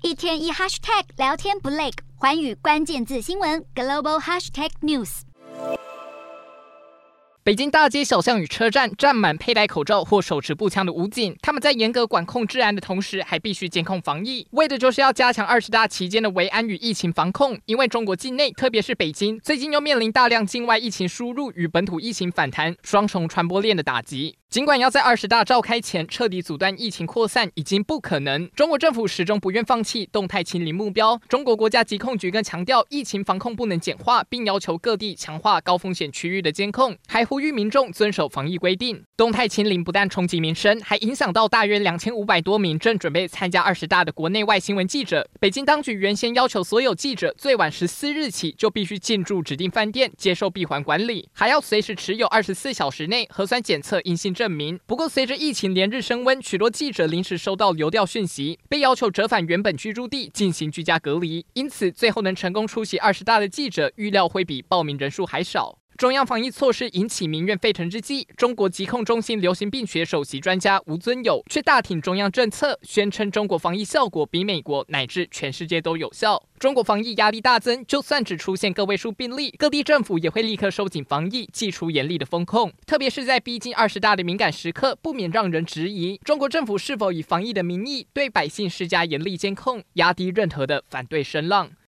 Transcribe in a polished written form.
一天一 hashtag 聊天不累，寰宇关键字新闻 global hashtag news。 北京大街小巷与车站站满佩戴口罩或手持步枪的武警，他们在严格管控治安的同时，还必须监控防疫，为的就是要加强20大期间的维安与疫情防控。因为中国境内，特别是北京，最近又面临大量境外疫情输入与本土疫情反弹双重传播链的打击。尽管要在20大召开前彻底阻断疫情扩散已经不可能，中国政府始终不愿放弃动态清零目标。中国国家疾控局更强调，疫情防控不能简化，并要求各地强化高风险区域的监控，还呼吁民众遵守防疫规定。动态清零不但冲击民生，还影响到大约2500多名正准备参加20大的国内外新闻记者。北京当局原先要求所有记者最晚14日起就必须进驻指定饭店接受闭环管理，还要随时持有24小时内核酸检测阴性证明。不过，随着疫情连日升温，许多记者临时收到流调讯息，被要求折返原本居住地进行居家隔离。因此，最后能成功出席20大的记者，预料会比报名人数还少。中央防疫措施引起民怨沸腾之际，中国疾控中心流行病学首席专家吴尊友却大挺中央政策，宣称中国防疫效果比美国乃至全世界都有效。中国防疫压力大增，就算只出现个位数病例，各地政府也会立刻收紧防疫，祭出严厉的风控。特别是在逼近20大的敏感时刻，不免让人质疑中国政府是否以防疫的名义对百姓施加严厉监控，压低任何的反对声浪。